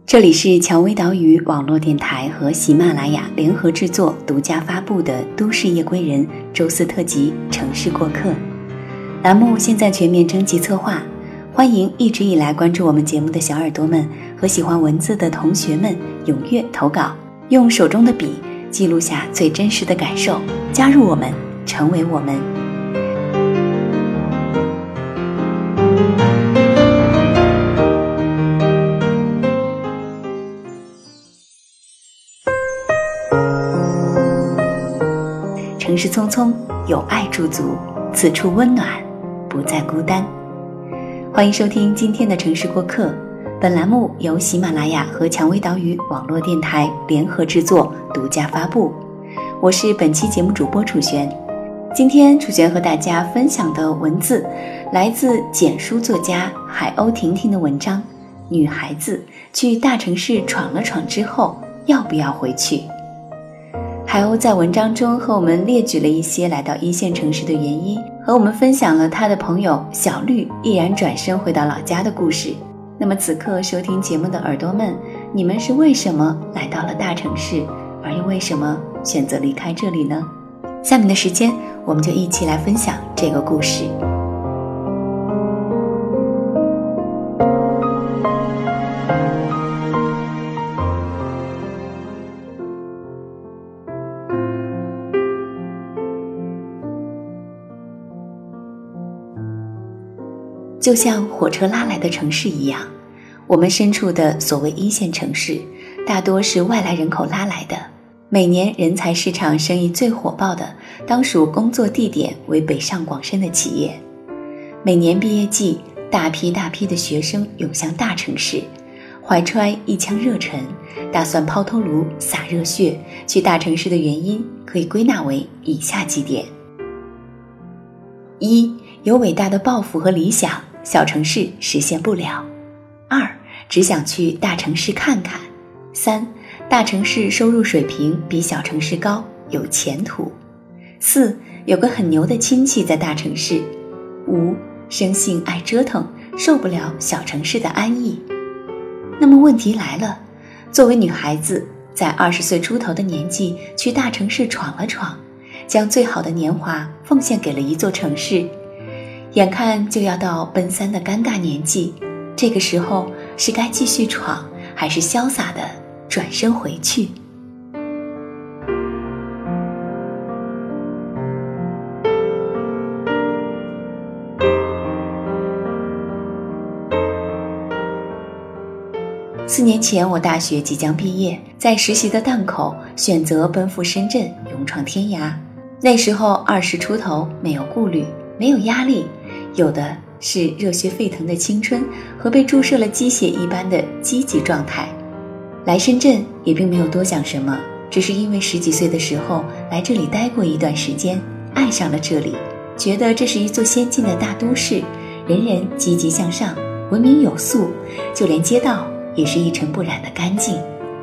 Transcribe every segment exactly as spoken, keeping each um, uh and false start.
这里是蔷薇岛屿网络电台和喜马拉雅联合制作独家发布的都市夜归人周四特辑城市过客栏目，现在全面征集策划，欢迎一直以来关注我们节目的小耳朵们和喜欢文字的同学们踊跃投稿，用手中的笔记录下最真实的感受，加入我们，成为我们。城市匆匆，有爱驻足，此处温暖，不再孤单。欢迎收听今天的城市过客，本栏目由喜马拉雅和蔷薇岛屿网络电台联合制作独家发布，我是本期节目主播楚璇。今天楚璇和大家分享的文字来自简书作家海鸥婷婷的文章，女孩子去大城市闯了闯之后要不要回去。海鸥在文章中和我们列举了一些来到一线城市的原因，和我们分享了他的朋友小绿毅然转身回到老家的故事。那么此刻收听节目的耳朵们，你们是为什么来到了大城市，而又为什么选择离开这里呢？下面的时间我们就一起来分享这个故事。就像火车拉来的城市一样，我们身处的所谓一线城市大多是外来人口拉来的。每年人才市场生意最火爆的当属工作地点为北上广深的企业。每年毕业季，大批大批的学生涌向大城市，怀揣一腔热忱，打算抛头颅洒热血去大城市的原因可以归纳为以下几点：一、有伟大的抱负和理想，小城市实现不了；二、只想去大城市看看；三、大城市收入水平比小城市高，有前途；四、有个很牛的亲戚在大城市；五、生性爱折腾，受不了小城市的安逸。那么问题来了，作为女孩子，在二十岁出头的年纪去大城市闯了闯，将最好的年华奉献给了一座城市，眼看就要到奔三的尴尬年纪，这个时候是该继续闯，还是潇洒地转身回去？四年前我大学即将毕业，在实习的档口选择奔赴深圳，勇闯天涯。那时候二十出头，没有顾虑，没有压力，有的是热血沸腾的青春和被注射了鸡血一般的积极状态。来深圳也并没有多想什么，只是因为十几岁的时候来这里待过一段时间，爱上了这里，觉得这是一座先进的大都市，人人积极向上，文明有素，就连街道也是一尘不染的干净。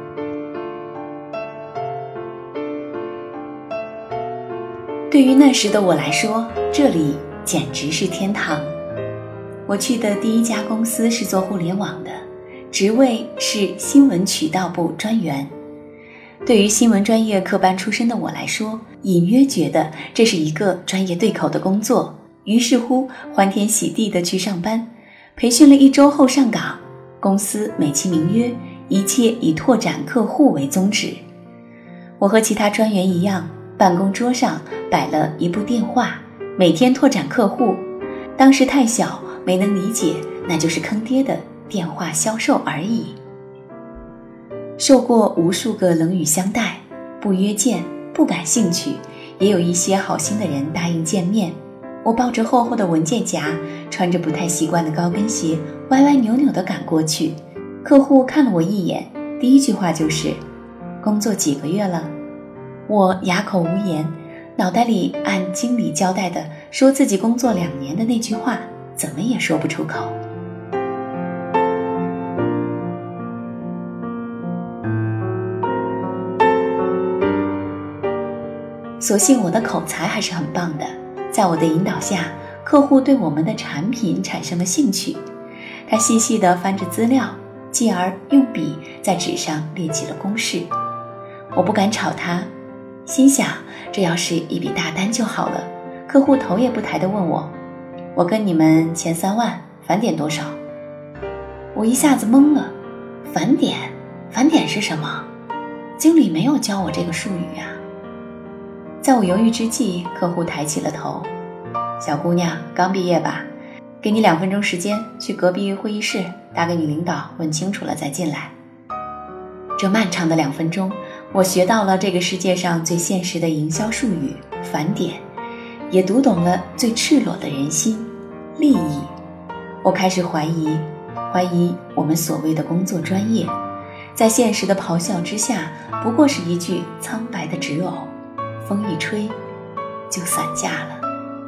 对于那时的我来说，这里简直是天堂。我去的第一家公司是做互联网的，职位是新闻渠道部专员。对于新闻专业科班出身的我来说，隐约觉得这是一个专业对口的工作，于是乎欢天喜地地去上班。培训了一周后上岗，公司美其名曰一切以拓展客户为宗旨。我和其他专员一样，办公桌上摆了一部电话，每天拓展客户。当时太小，没能理解，那就是坑爹的电话销售而已。受过无数个冷语相待，不约见，不感兴趣，也有一些好心的人答应见面。我抱着厚厚的文件夹，穿着不太习惯的高跟鞋，歪歪扭扭地赶过去。客户看了我一眼，第一句话就是：工作几个月了？我哑口无言，脑袋里按经理交代的说自己工作两年的那句话怎么也说不出口。所幸我的口才还是很棒的，在我的引导下，客户对我们的产品产生了兴趣。他细细地翻着资料， 继而用笔在纸上列起了公式。我不敢吵他，心想这要是一笔大单就好了，客户头也不抬地问我，我跟你们签三万，返点多少？我一下子懵了，返点？返点是什么？经理没有教我这个术语啊。在我犹豫之际，客户抬起了头，小姑娘刚毕业吧，给你两分钟时间，去隔壁会议室打给你领导，问清楚了再进来。这漫长的两分钟，我学到了这个世界上最现实的营销术语返点，也读懂了最赤裸的人心利益。我开始怀疑怀疑我们所谓的工作专业，在现实的咆哮之下，不过是一具苍白的纸偶，风一吹就散架了。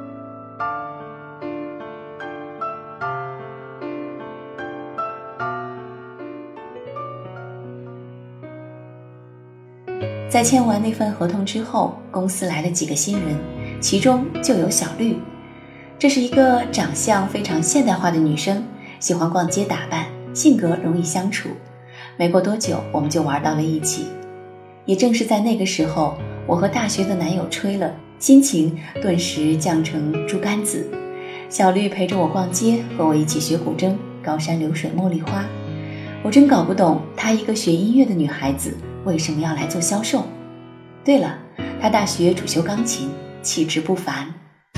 在签完那份合同之后，公司来了几个新人，其中就有小绿。这是一个长相非常现代化的女生，喜欢逛街打扮，性格容易相处。没过多久，我们就玩到了一起。也正是在那个时候，我和大学的男友吹了，心情顿时降成猪肝子。小绿陪着我逛街，和我一起学古筝、高山流水、茉莉花。我真搞不懂她一个学音乐的女孩子为什么要来做销售。对了，她大学主修钢琴，气质不凡。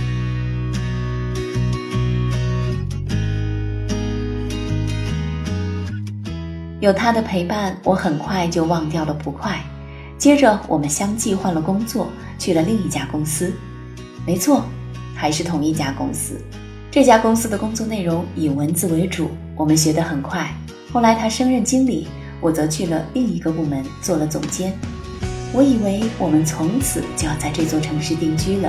有她的陪伴，我很快就忘掉了不快。接着我们相继换了工作，去了另一家公司。没错，还是同一家公司。这家公司的工作内容以文字为主，我们学得很快。后来他升任经理，我则去了另一个部门做了总监。我以为我们从此就要在这座城市定居了。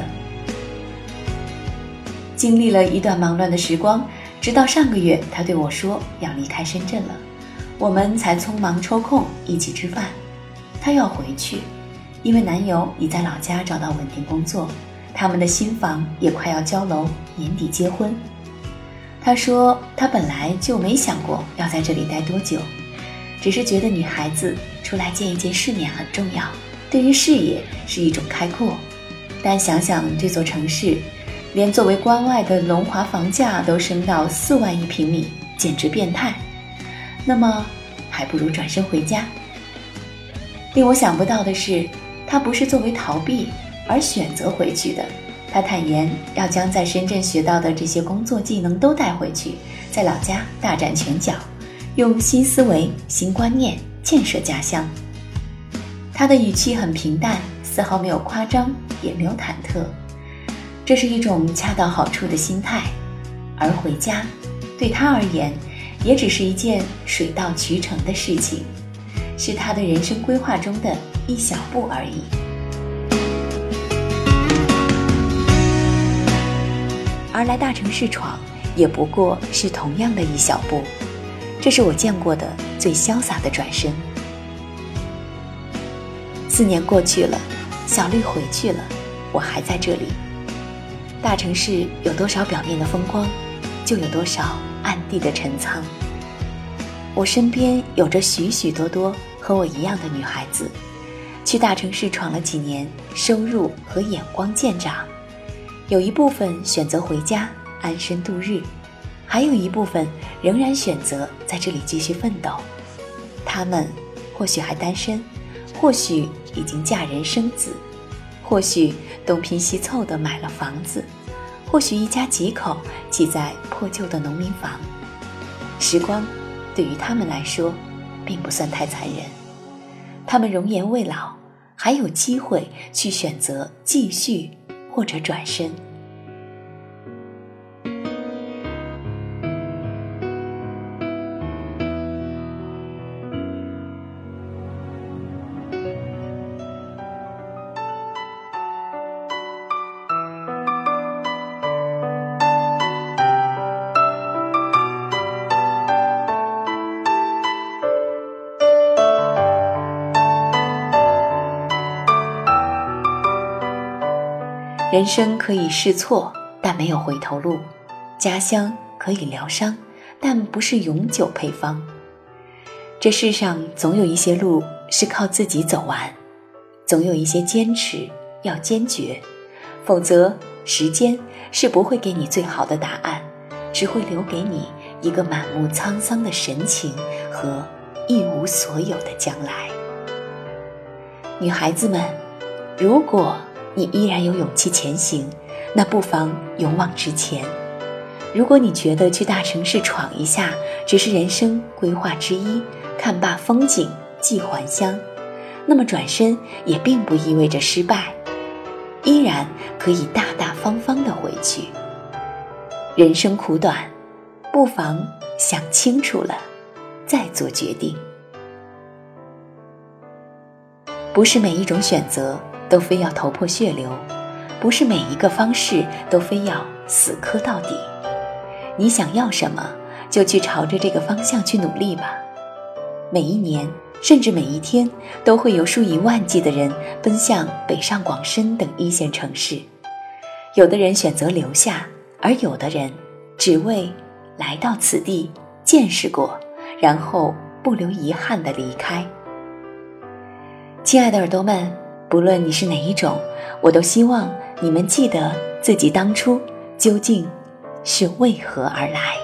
经历了一段忙乱的时光，直到上个月他对我说要离开深圳了，我们才匆忙抽空一起吃饭。他要回去，因为男友已在老家找到稳定工作，他们的新房也快要交楼，年底结婚。他说他本来就没想过要在这里待多久，只是觉得女孩子出来见一见世面很重要，对于视野是一种开阔。但想想这座城市，连作为关外的龙华房价都升到四万一平米，简直变态。那么还不如转身回家。令我想不到的是，他不是作为逃避而选择回去的。他坦言要将在深圳学到的这些工作技能都带回去，在老家大展拳脚，用新思维、新观念建设家乡。他的语气很平淡，丝毫没有夸张，也没有忐忑。这是一种恰到好处的心态，而回家对他而言也只是一件水到渠成的事情，是他的人生规划中的一小步而已。而来大城市闯，也不过是同样的一小步。这是我见过的最潇洒的转身。四年过去了，小绿回去了，我还在这里。大城市有多少表面的风光，就有多少暗地的陈仓。我身边有着许许多多和我一样的女孩子，去大城市闯了几年，收入和眼光渐长。有一部分选择回家安身度日，还有一部分仍然选择在这里继续奋斗。她们或许还单身，或许已经嫁人生子，或许东拼西凑地买了房子，或许一家几口挤在破旧的农民房。时光对于他们来说并不算太残忍，他们容颜未老，还有机会去选择继续或者转身。人生可以试错，但没有回头路；家乡可以疗伤，但不是永久配方。 这世上总有一些路是靠自己走完，总有一些坚持要坚决，否则时间是不会给你最好的答案，只会留给你一个满目沧桑的神情和一无所有的将来。女孩子们，如果你依然有勇气前行，那不妨勇往直前。如果你觉得去大城市闯一下只是人生规划之一，看罢风景寄还乡，那么转身也并不意味着失败，依然可以大大方方地回去。人生苦短，不妨想清楚了再做决定。不是每一种选择都非要头破血流，不是每一个方式都非要死磕到底。你想要什么，就去朝着这个方向去努力吧。每一年，甚至每一天，都会有数以万计的人奔向北上广深等一线城市。有的人选择留下，而有的人只为来到此地见识过，然后不留遗憾地离开。亲爱的耳朵们，不论你是哪一种，我都希望你们记得自己当初究竟是为何而来。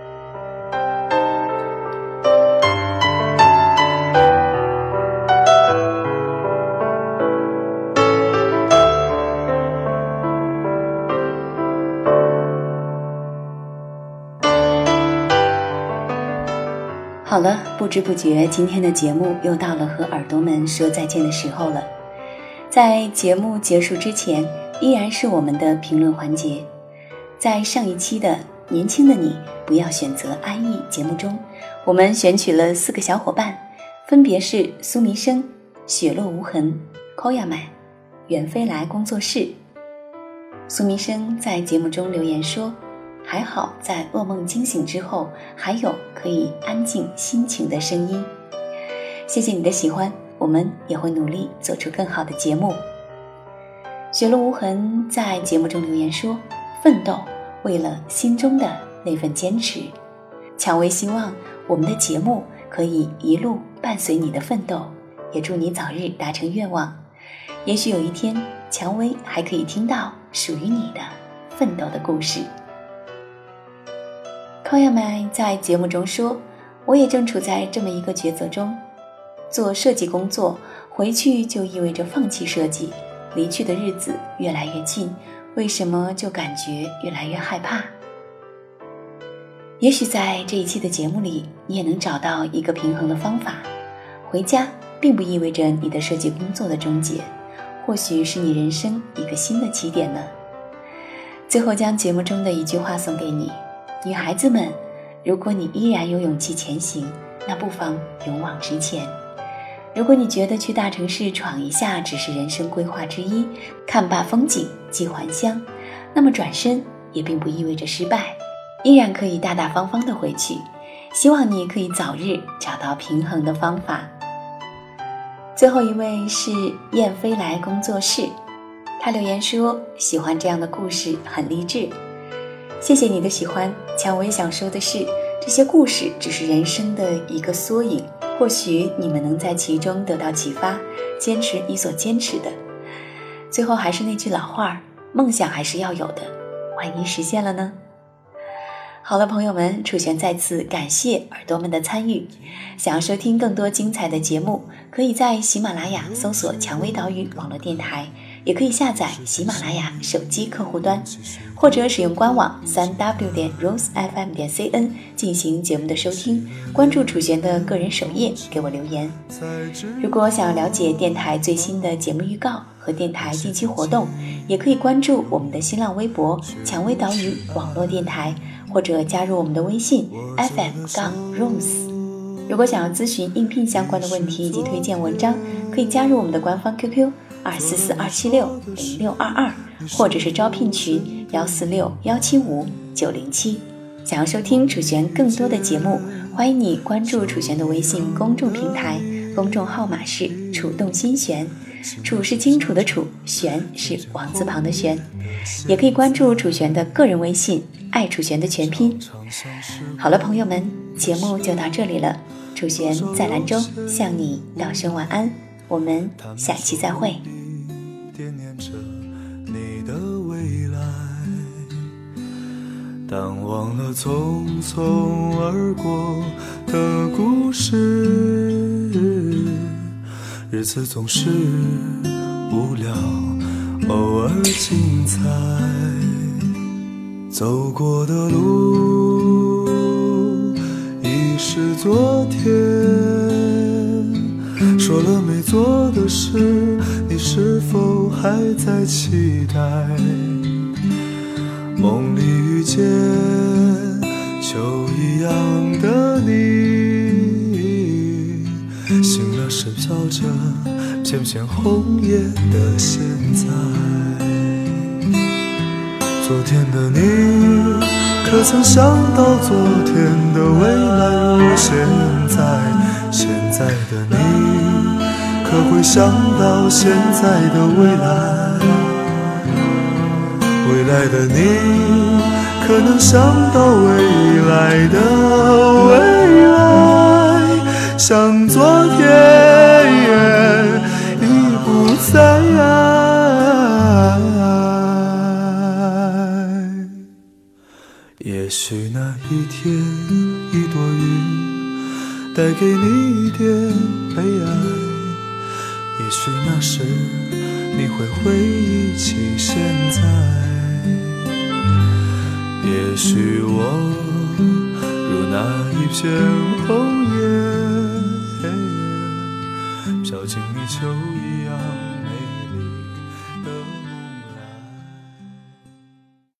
好了，不知不觉今天的节目又到了和耳朵们说再见的时候了。在节目结束之前，依然是我们的评论环节。在上一期的年轻的你不要选择安逸节目中，我们选取了四个小伙伴，分别是苏弥生、雪落无痕、Koya麦、远飞来工作室。苏弥生在节目中留言说，还好在噩梦惊醒之后还有可以安静心情的声音。谢谢你的喜欢，我们也会努力做出更好的节目。雪落无痕在节目中留言说，奋斗为了心中的那份坚持。蔷薇希望我们的节目可以一路伴随你的奋斗，也祝你早日达成愿望。也许有一天，蔷薇还可以听到属于你的奋斗的故事。Koya麦在节目中说，我也正处在这么一个抉择中，做设计工作回去就意味着放弃设计，离去的日子越来越近，为什么就感觉越来越害怕？也许在这一期的节目里，你也能找到一个平衡的方法。回家并不意味着你的设计工作的终结，或许是你人生一个新的起点呢。最后将节目中的一句话送给你，女孩子们，如果你依然有勇气前行，那不妨勇往直前。如果你觉得去大城市闯一下只是人生规划之一，看罢风景寄还乡，那么转身也并不意味着失败，依然可以大大方方地回去。希望你可以早日找到平衡的方法。最后一位是燕飞来工作室，他留言说，喜欢这样的故事，很励志。谢谢你的喜欢，蔷薇想说的是，这些故事只是人生的一个缩影，或许你们能在其中得到启发，坚持你所坚持的。最后还是那句老话，梦想还是要有的，万一实现了呢？好了，朋友们，楚璇再次感谢耳朵们的参与。想要收听更多精彩的节目，可以在喜马拉雅搜索蔷薇岛屿网络电台，也可以下载喜马拉雅手机客户端，或者使用官网 三 w 点 rose f m 点 c n 进行节目的收听。关注楚璇的个人首页，给我留言。如果想要了解电台最新的节目预告和电台近期活动，也可以关注我们的新浪微博蔷薇岛屿网络电台，或者加入我们的微信 f m 杠 rose。 如果想要咨询应聘相关的问题以及推荐文章，可以加入我们的官方 Q Q 二四四二七六零六二二，或者是招聘群幺四六幺七五九零七。想要收听楚璇更多的节目，欢迎你关注楚璇的微信公众平台，公众号码是楚动心弦，楚是清楚的楚，璇是王字旁的璇。也可以关注楚璇的个人微信爱楚璇的全拼。好了，朋友们，节目就到这里了， 楚璇在兰州向你道声晚安，我们下期再会。 惦念着你的未来，淡忘了匆匆而过的故事，日子总是无聊，偶尔精彩，走过的路已是昨天，说了没做的事，你是否还在期待？梦里遇见秋一样的你，醒了是飘着片片红叶的现在。昨天的你可曾想到昨天的未来如现在？现在的你可会想到现在的未来？未来的你可能想到未来的未来？像昨天已不在，也许那一天一朵云带给你一点悲哀，也许那时你会回忆起现在，也许我如那一片红叶飘进你秋